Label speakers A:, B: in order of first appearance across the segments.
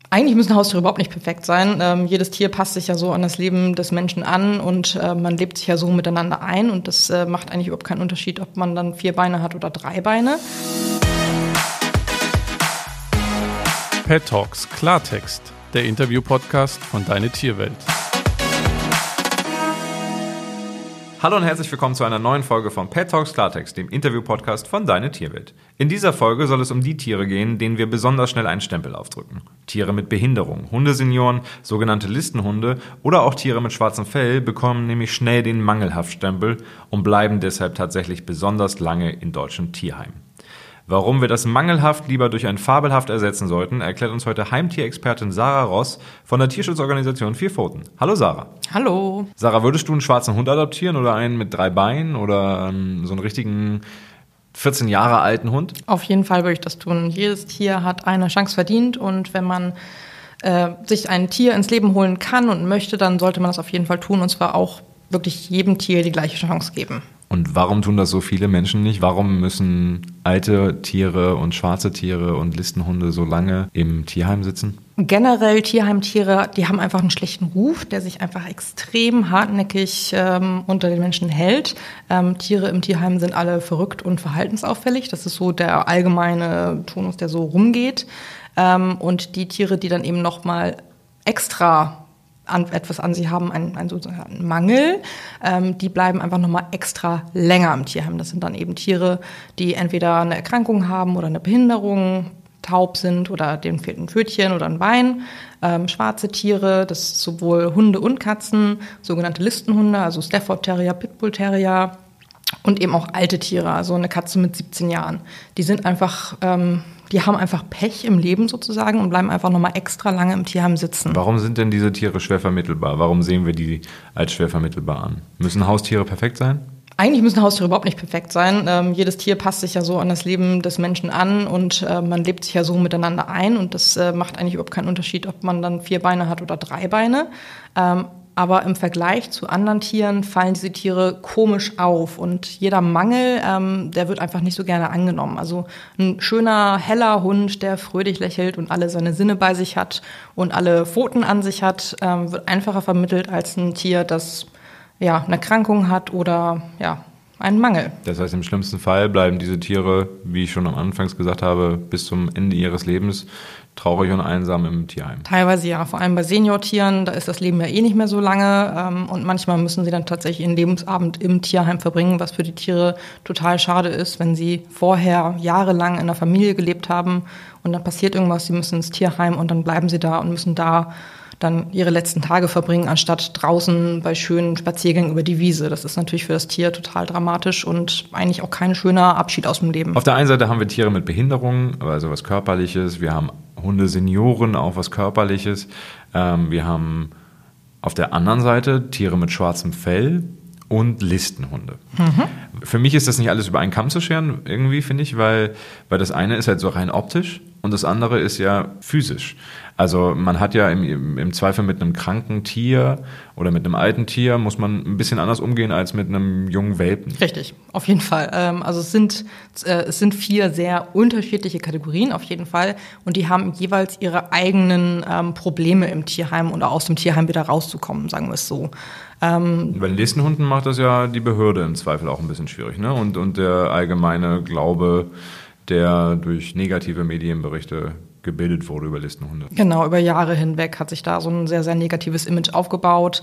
A: Eigentlich müssen Haustiere überhaupt nicht perfekt sein. Jedes Tier passt sich ja so an das Leben des Menschen an und man lebt sich ja so miteinander ein. Und das macht eigentlich überhaupt keinen Unterschied, ob man dann 4 Beine hat oder 3 Beine.
B: Pet Talks Klartext, der Interview-Podcast von Deine Tierwelt.
C: Hallo und herzlich willkommen zu einer neuen Folge von Pet Talks Klartext, dem Interview-Podcast von Deine Tierwelt. In dieser Folge soll es um die Tiere gehen, denen wir besonders schnell einen Stempel aufdrücken. Tiere mit Behinderung, Hundesenioren, sogenannte Listenhunde oder auch Tiere mit schwarzem Fell bekommen nämlich schnell den Mangelhaft-Stempel und bleiben deshalb tatsächlich besonders lange in deutschen Tierheimen. Warum wir das mangelhaft lieber durch ein fabelhaft ersetzen sollten, erklärt uns heute Heimtierexpertin Sarah Ross von der Tierschutzorganisation Vier Pfoten. Hallo Sarah.
A: Hallo.
C: Sarah, würdest du einen schwarzen Hund adoptieren oder einen mit 3 Beinen oder so einen richtigen 14 Jahre alten Hund?
A: Auf jeden Fall würde ich das tun. Jedes Tier hat eine Chance verdient und wenn man sich ein Tier ins Leben holen kann und möchte, dann sollte man das auf jeden Fall tun und zwar auch wirklich jedem Tier die gleiche Chance geben.
C: Und warum tun das so viele Menschen nicht? Warum müssen alte Tiere und schwarze Tiere und Listenhunde so lange im Tierheim sitzen?
A: Generell Tierheimtiere, die haben einfach einen schlechten Ruf, der sich einfach extrem hartnäckig unter den Menschen hält. Tiere im Tierheim sind alle verrückt und verhaltensauffällig. Das ist so der allgemeine Tonus, der so rumgeht. Und die Tiere, die dann eben nochmal extra etwas an sie haben, einen sozusagen Mangel, die bleiben einfach nochmal extra länger im Tierheim. Das sind dann eben Tiere, die entweder eine Erkrankung haben oder eine Behinderung, taub sind oder denen fehlt ein Pfötchen oder ein Bein. Schwarze Tiere, das ist sowohl Hunde und Katzen, sogenannte Listenhunde, also Stafford Terrier, Pitbull Terrier und eben auch alte Tiere, also eine Katze mit 17 Jahren. Die sind einfach die haben einfach Pech im Leben sozusagen und bleiben einfach nochmal extra lange im Tierheim sitzen.
C: Warum sind denn diese Tiere schwer vermittelbar? Warum sehen wir die als schwer vermittelbar an? Müssen Haustiere perfekt sein?
A: Eigentlich müssen Haustiere überhaupt nicht perfekt sein. Jedes Tier passt sich ja so an das Leben des Menschen an und man lebt sich ja so miteinander ein und das macht eigentlich überhaupt keinen Unterschied, ob man dann 4 Beine hat oder 3 Beine. Aber im Vergleich zu anderen Tieren fallen diese Tiere komisch auf. Und jeder Mangel, der wird einfach nicht so gerne angenommen. Also ein schöner, heller Hund, der fröhlich lächelt und alle seine Sinne bei sich hat und alle Pfoten an sich hat, wird einfacher vermittelt als ein Tier, das ja eine Erkrankung hat oder ja einen Mangel.
C: Das heißt, im schlimmsten Fall bleiben diese Tiere, wie ich schon am Anfang gesagt habe, bis zum Ende ihres Lebens traurig und einsam im Tierheim.
A: Teilweise ja, vor allem bei Seniortieren, da ist das Leben ja eh nicht mehr so lange und manchmal müssen sie dann tatsächlich ihren Lebensabend im Tierheim verbringen, was für die Tiere total schade ist, wenn sie vorher jahrelang in einer Familie gelebt haben und dann passiert irgendwas, sie müssen ins Tierheim und dann bleiben sie da und müssen da dann ihre letzten Tage verbringen, anstatt draußen bei schönen Spaziergängen über die Wiese. Das ist natürlich für das Tier total dramatisch und eigentlich auch kein schöner Abschied aus dem Leben.
C: Auf der einen Seite haben wir Tiere mit Behinderung, also was Körperliches. Wir haben Hundesenioren, auch was Körperliches. Wir haben auf der anderen Seite Tiere mit schwarzem Fell und Listenhunde. Für mich ist das nicht alles über einen Kamm zu scheren, irgendwie, finde ich, weil das eine ist halt so rein optisch und das andere ist ja physisch. Also man hat ja im Zweifel mit einem kranken Tier oder mit einem alten Tier muss man ein bisschen anders umgehen als mit einem jungen Welpen.
A: Richtig, auf jeden Fall. Also es sind 4 sehr unterschiedliche Kategorien auf jeden Fall und die haben jeweils ihre eigenen Probleme im Tierheim oder aus dem Tierheim wieder rauszukommen, sagen wir es so.
C: Bei den Listenhunden macht das ja die Behörde im Zweifel auch ein bisschen schwierig, ne? Und der allgemeine Glaube, der durch negative Medienberichte gebildet wurde über Listenhunde.
A: Genau, über Jahre hinweg hat sich da so ein sehr, sehr negatives Image aufgebaut.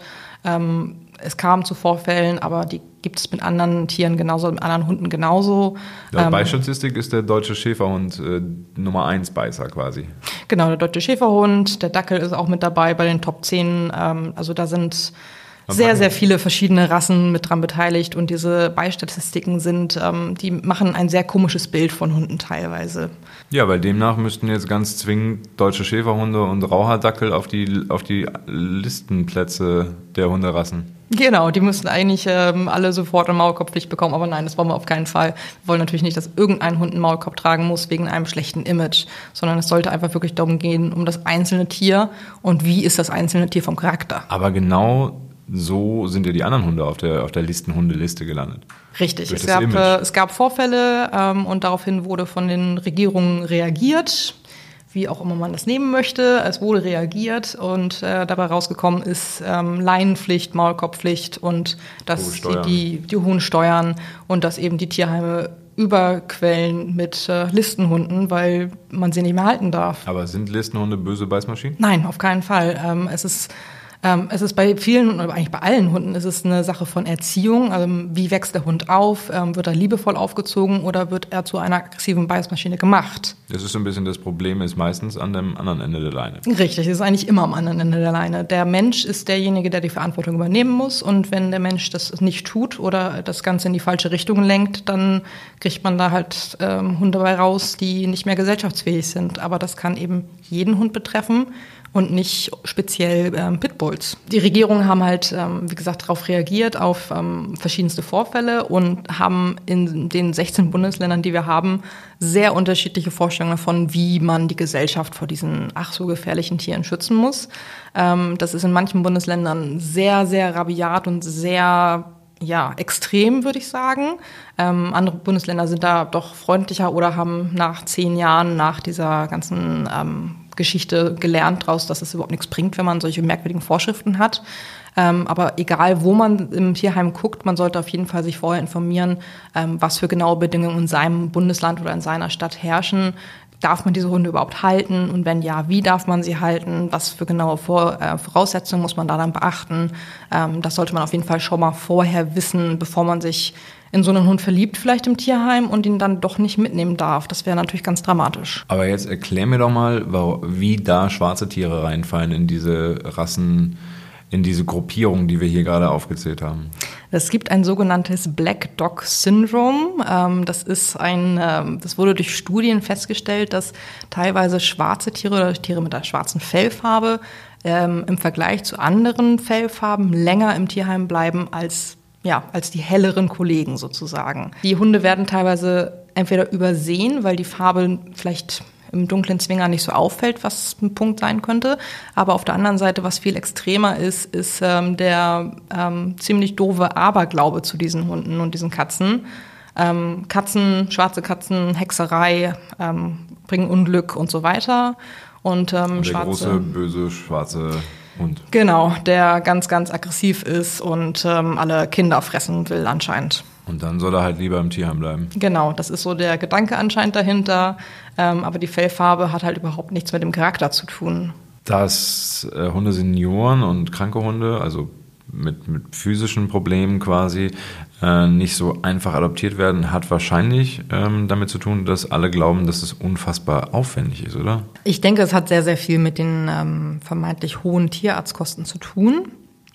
A: Es kam zu Vorfällen, aber die gibt es mit anderen Tieren genauso, mit anderen Hunden genauso.
C: Bei Statistik ist der deutsche Schäferhund Nummer 1 Beißer quasi.
A: Genau, der deutsche Schäferhund, der Dackel ist auch mit dabei bei den Top 10. Also da sind sehr, sehr viele verschiedene Rassen mit dran beteiligt und diese Beistatistiken die machen ein sehr komisches Bild von Hunden teilweise.
C: Ja, weil demnach müssten jetzt ganz zwingend deutsche Schäferhunde und Rauhardackel auf die Listenplätze der Hunderassen.
A: Genau, die müssten eigentlich alle sofort eine Maulkorbpflicht bekommen, aber nein, das wollen wir auf keinen Fall. Wir wollen natürlich nicht, dass irgendein Hund einen Maulkorb tragen muss wegen einem schlechten Image, sondern es sollte einfach wirklich darum gehen, um das einzelne Tier und wie ist das einzelne Tier vom Charakter.
C: Aber genau so sind ja die anderen Hunde auf der Listenhundeliste gelandet.
A: Richtig, es gab Vorfälle und daraufhin wurde von den Regierungen reagiert. wie auch immer man das nehmen möchte. Es wurde reagiert und dabei rausgekommen ist Leinenpflicht, Maulkorbpflicht und dass die hohen Steuern und dass eben die Tierheime überquellen mit Listenhunden, weil man sie nicht mehr halten darf.
C: Aber sind Listenhunde böse Beißmaschinen?
A: Nein, auf keinen Fall. Es ist bei vielen, oder eigentlich bei allen Hunden, ist es eine Sache von Erziehung. Also wie wächst der Hund auf? Wird er liebevoll aufgezogen oder wird er zu einer aggressiven Beißmaschine gemacht?
C: Das ist so ein bisschen das Problem, ist meistens an dem anderen Ende der Leine.
A: Richtig, es ist eigentlich immer am anderen Ende der Leine. Der Mensch ist derjenige, der die Verantwortung übernehmen muss. Und wenn der Mensch das nicht tut oder das Ganze in die falsche Richtung lenkt, dann kriegt man da halt Hunde bei raus, die nicht mehr gesellschaftsfähig sind. Aber das kann eben jeden Hund betreffen und nicht speziell Pitbulls. Die Regierungen haben halt, wie gesagt, darauf reagiert, auf verschiedenste Vorfälle und haben in den 16 Bundesländern, die wir haben, sehr unterschiedliche Vorstellungen davon, wie man die Gesellschaft vor diesen ach so gefährlichen Tieren schützen muss. Das ist in manchen Bundesländern sehr, sehr rabiat und sehr extrem, würde ich sagen. Andere Bundesländer sind da doch freundlicher oder haben nach 10 Jahren nach dieser ganzen Geschichte gelernt daraus, dass es überhaupt nichts bringt, wenn man solche merkwürdigen Vorschriften hat. Aber egal, wo man im Tierheim guckt, man sollte auf jeden Fall sich vorher informieren, was für genaue Bedingungen in seinem Bundesland oder in seiner Stadt herrschen. Darf man diese Hunde überhaupt halten? Und wenn ja, wie darf man sie halten? Was für genaue Voraussetzungen muss man da dann beachten? Das sollte man auf jeden Fall schon mal vorher wissen, bevor man sich in so einen Hund verliebt, vielleicht im Tierheim, und ihn dann doch nicht mitnehmen darf. Das wäre natürlich ganz dramatisch.
C: Aber jetzt erklär mir doch mal, wie da schwarze Tiere reinfallen in diese Rassen, in diese Gruppierung, die wir hier gerade aufgezählt haben.
A: Es gibt ein sogenanntes Black Dog Syndrome. Das wurde durch Studien festgestellt, dass teilweise schwarze Tiere oder Tiere mit einer schwarzen Fellfarbe im Vergleich zu anderen Fellfarben länger im Tierheim bleiben als die helleren Kollegen sozusagen. Die Hunde werden teilweise entweder übersehen, weil die Farbe vielleicht im dunklen Zwinger nicht so auffällt, was ein Punkt sein könnte. Aber auf der anderen Seite, was viel extremer ist der ziemlich doofe Aberglaube zu diesen Hunden und diesen Katzen. Schwarze Katzen, Hexerei, bringen Unglück und so weiter. Und
C: der große, böse, schwarze Hund.
A: Genau, der ganz, ganz aggressiv ist und alle Kinder fressen will anscheinend.
C: Und dann soll er halt lieber im Tierheim bleiben.
A: Genau, das ist so der Gedanke anscheinend dahinter. Aber die Fellfarbe hat halt überhaupt nichts mit dem Charakter zu tun.
C: Dass Hundesenioren und kranke Hunde, also mit physischen Problemen quasi, nicht so einfach adoptiert werden, hat wahrscheinlich damit zu tun, dass alle glauben, dass es unfassbar aufwendig ist, oder?
A: Ich denke, es hat sehr, sehr viel mit den vermeintlich hohen Tierarztkosten zu tun.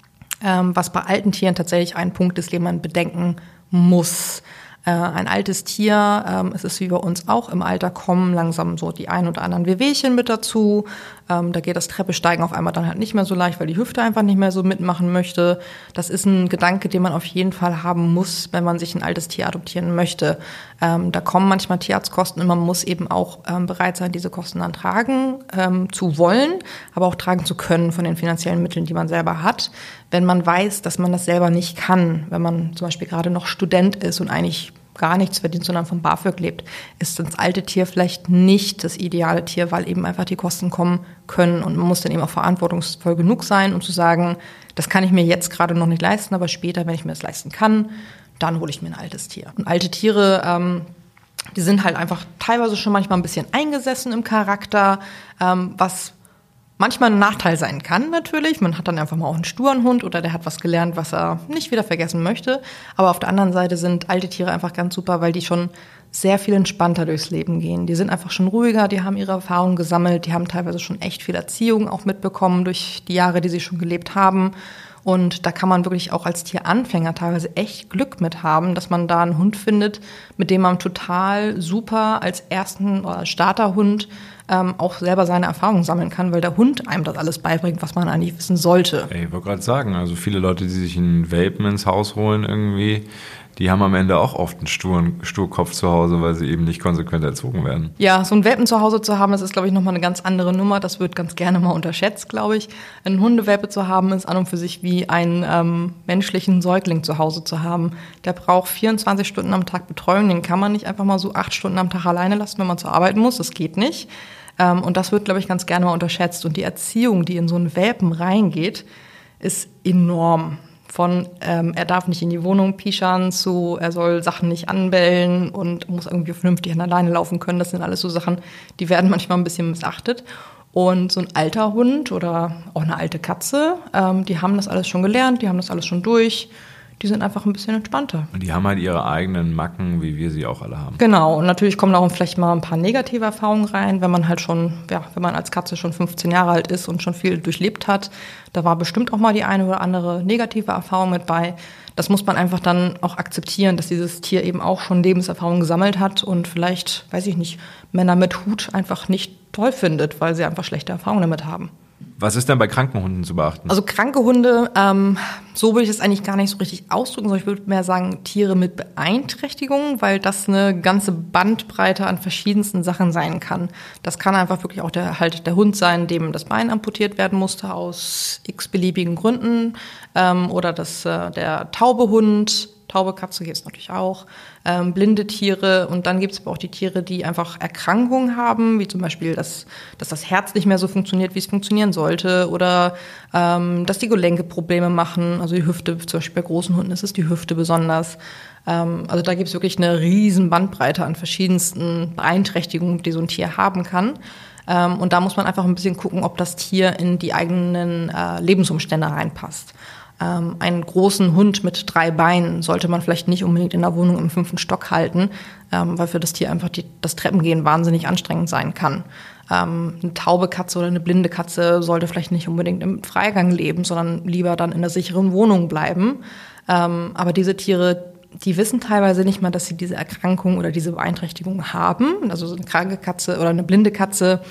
A: Was bei alten Tieren tatsächlich ein Punkt ist, den man bedenken muss. Ein altes Tier, es ist wie bei uns auch, im Alter kommen langsam so die ein oder anderen Wehwehchen mit dazu. Da geht das Treppesteigen auf einmal dann halt nicht mehr so leicht, weil die Hüfte einfach nicht mehr so mitmachen möchte. Das ist ein Gedanke, den man auf jeden Fall haben muss, wenn man sich ein altes Tier adoptieren möchte. Da kommen manchmal Tierarztkosten und man muss eben auch bereit sein, diese Kosten dann tragen zu wollen, aber auch tragen zu können von den finanziellen Mitteln, die man selber hat. Wenn man weiß, dass man das selber nicht kann, wenn man zum Beispiel gerade noch Student ist und eigentlich gar nichts verdient, sondern vom BAföG lebt, ist das alte Tier vielleicht nicht das ideale Tier, weil eben einfach die Kosten kommen können. Und man muss dann eben auch verantwortungsvoll genug sein, um zu sagen, das kann ich mir jetzt gerade noch nicht leisten, aber später, wenn ich mir das leisten kann, dann hole ich mir ein altes Tier. Und alte Tiere, die sind halt einfach teilweise schon manchmal ein bisschen eingesessen im Charakter, was manchmal ein Nachteil sein kann natürlich. Man hat dann einfach mal auch einen sturen Hund oder der hat was gelernt, was er nicht wieder vergessen möchte. Aber auf der anderen Seite sind alte Tiere einfach ganz super, weil die schon sehr viel entspannter durchs Leben gehen. Die sind einfach schon ruhiger, die haben ihre Erfahrungen gesammelt, die haben teilweise schon echt viel Erziehung auch mitbekommen durch die Jahre, die sie schon gelebt haben. Und da kann man wirklich auch als Tieranfänger teilweise echt Glück mit haben, dass man da einen Hund findet, mit dem man total super als ersten oder Starterhund auch selber seine Erfahrungen sammeln kann, weil der Hund einem das alles beibringt, was man eigentlich wissen sollte.
C: Ich wollte gerade sagen, also viele Leute, die sich einen Welpen ins Haus holen irgendwie, die haben am Ende auch oft einen Sturkopf zu Hause, weil sie eben nicht konsequent erzogen werden.
A: Ja, so einen Welpen zu Hause zu haben, das ist, glaube ich, nochmal eine ganz andere Nummer. Das wird ganz gerne mal unterschätzt, glaube ich. Einen Hundewelpe zu haben, ist an und für sich wie einen menschlichen Säugling zu Hause zu haben. Der braucht 24 Stunden am Tag Betreuung. Den kann man nicht einfach mal so 8 Stunden am Tag alleine lassen, wenn man zur Arbeit muss. Das geht nicht. Und das wird, glaube ich, ganz gerne mal unterschätzt. Und die Erziehung, die in so einen Welpen reingeht, ist enorm. Von er darf nicht in die Wohnung pischern zu er soll Sachen nicht anbellen und muss irgendwie vernünftig an alleine laufen können. Das sind alles so Sachen, die werden manchmal ein bisschen missachtet. Und so ein alter Hund oder auch eine alte Katze, die haben das alles schon gelernt, die haben das alles schon durch. Die sind einfach ein bisschen entspannter.
C: Und die haben halt ihre eigenen Macken, wie wir sie auch alle haben.
A: Genau, und natürlich kommen da auch vielleicht mal ein paar negative Erfahrungen rein, wenn man halt schon, wenn man als Katze schon 15 Jahre alt ist und schon viel durchlebt hat. Da war bestimmt auch mal die eine oder andere negative Erfahrung mit bei. Das muss man einfach dann auch akzeptieren, dass dieses Tier eben auch schon Lebenserfahrung gesammelt hat und vielleicht, weiß ich nicht, Männer mit Hut einfach nicht toll findet, weil sie einfach schlechte Erfahrungen damit haben.
C: Was ist denn bei kranken Hunden zu beachten?
A: Also kranke Hunde, so würde ich es eigentlich gar nicht so richtig ausdrücken, sondern ich würde mehr sagen Tiere mit Beeinträchtigungen, weil das eine ganze Bandbreite an verschiedensten Sachen sein kann. Das kann einfach wirklich auch der Hund sein, dem das Bein amputiert werden musste aus x-beliebigen Gründen, oder der taube Hund. Taube Katze gibt es natürlich auch, blinde Tiere und dann gibt es aber auch die Tiere, die einfach Erkrankungen haben, wie zum Beispiel, dass das Herz nicht mehr so funktioniert, wie es funktionieren sollte oder dass die Gelenke Probleme machen, also die Hüfte, zum Beispiel bei großen Hunden ist es die Hüfte besonders. Also da gibt es wirklich eine riesen Bandbreite an verschiedensten Beeinträchtigungen, die so ein Tier haben kann. Und da muss man einfach ein bisschen gucken, ob das Tier in die eigenen Lebensumstände reinpasst. Einen großen Hund mit 3 Beinen sollte man vielleicht nicht unbedingt in der Wohnung im 5. Stock halten, weil für das Tier einfach das Treppengehen wahnsinnig anstrengend sein kann. Eine taube Katze oder eine blinde Katze sollte vielleicht nicht unbedingt im Freigang leben, sondern lieber dann in der sicheren Wohnung bleiben. Aber diese Tiere, die wissen teilweise nicht mal, dass sie diese Erkrankung oder diese Beeinträchtigung haben. Also so eine kranke Katze oder eine blinde Katze,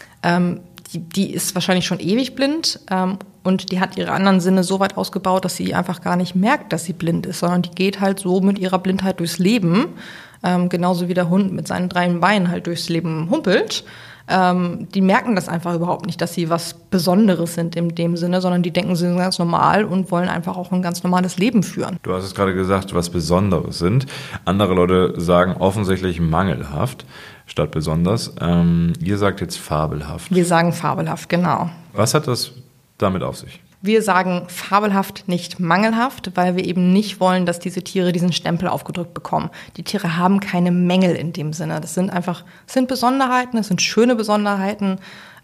A: die ist wahrscheinlich schon ewig blind und die hat ihre anderen Sinne so weit ausgebaut, dass sie einfach gar nicht merkt, dass sie blind ist, sondern die geht halt so mit ihrer Blindheit durchs Leben, genauso wie der Hund mit seinen 3 Beinen halt durchs Leben humpelt. Die merken das einfach überhaupt nicht, dass sie was Besonderes sind in dem Sinne, sondern die denken, sie sind ganz normal und wollen einfach auch ein ganz normales Leben führen.
C: Du hast es gerade gesagt, was Besonderes sind. Andere Leute sagen offensichtlich mangelhaft statt besonders. Ihr sagt jetzt fabelhaft.
A: Wir sagen fabelhaft, genau.
C: Was hat das damit auf sich?
A: Wir sagen fabelhaft, nicht mangelhaft, weil wir eben nicht wollen, dass diese Tiere diesen Stempel aufgedrückt bekommen. Die Tiere haben keine Mängel in dem Sinne. Das sind Besonderheiten, das sind schöne Besonderheiten.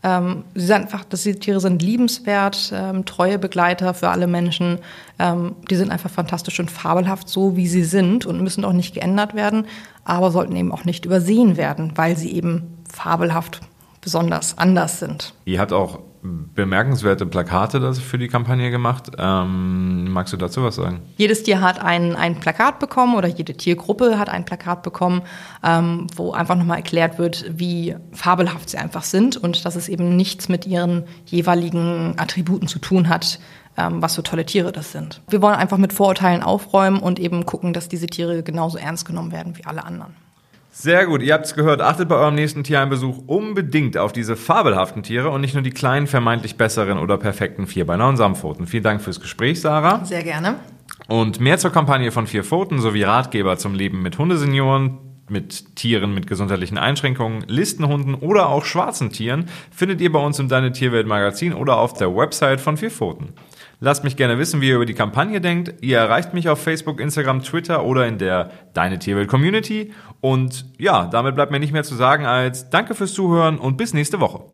A: Die Tiere sind liebenswert, treue Begleiter für alle Menschen. Die sind einfach fantastisch und fabelhaft, so wie sie sind und müssen auch nicht geändert werden, aber sollten eben auch nicht übersehen werden, weil sie eben fabelhaft besonders anders sind.
C: Ihr habt auch bemerkenswerte Plakate für die Kampagne gemacht. Magst du dazu was sagen?
A: Jedes Tier hat ein Plakat bekommen oder jede Tiergruppe hat ein Plakat bekommen, wo einfach nochmal erklärt wird, wie fabelhaft sie einfach sind und dass es eben nichts mit ihren jeweiligen Attributen zu tun hat, was für tolle Tiere das sind. Wir wollen einfach mit Vorurteilen aufräumen und eben gucken, dass diese Tiere genauso ernst genommen werden wie alle anderen.
C: Sehr gut, ihr habt es gehört. Achtet bei eurem nächsten Tierheimbesuch unbedingt auf diese fabelhaften Tiere und nicht nur die kleinen, vermeintlich besseren oder perfekten Vierbeiner und Samtpfoten. Vielen Dank fürs Gespräch, Sarah.
A: Sehr gerne.
C: Und mehr zur Kampagne von 4 Pfoten sowie Ratgeber zum Leben mit Hundesenioren, mit Tieren mit gesundheitlichen Einschränkungen, Listenhunden oder auch schwarzen Tieren findet ihr bei uns im Deine Tierwelt Magazin oder auf der Website von 4 Pfoten. Lasst mich gerne wissen, wie ihr über die Kampagne denkt. Ihr erreicht mich auf Facebook, Instagram, Twitter oder in der Deine Tierwelt Community. Und ja, damit bleibt mir nicht mehr zu sagen als Danke fürs Zuhören und bis nächste Woche.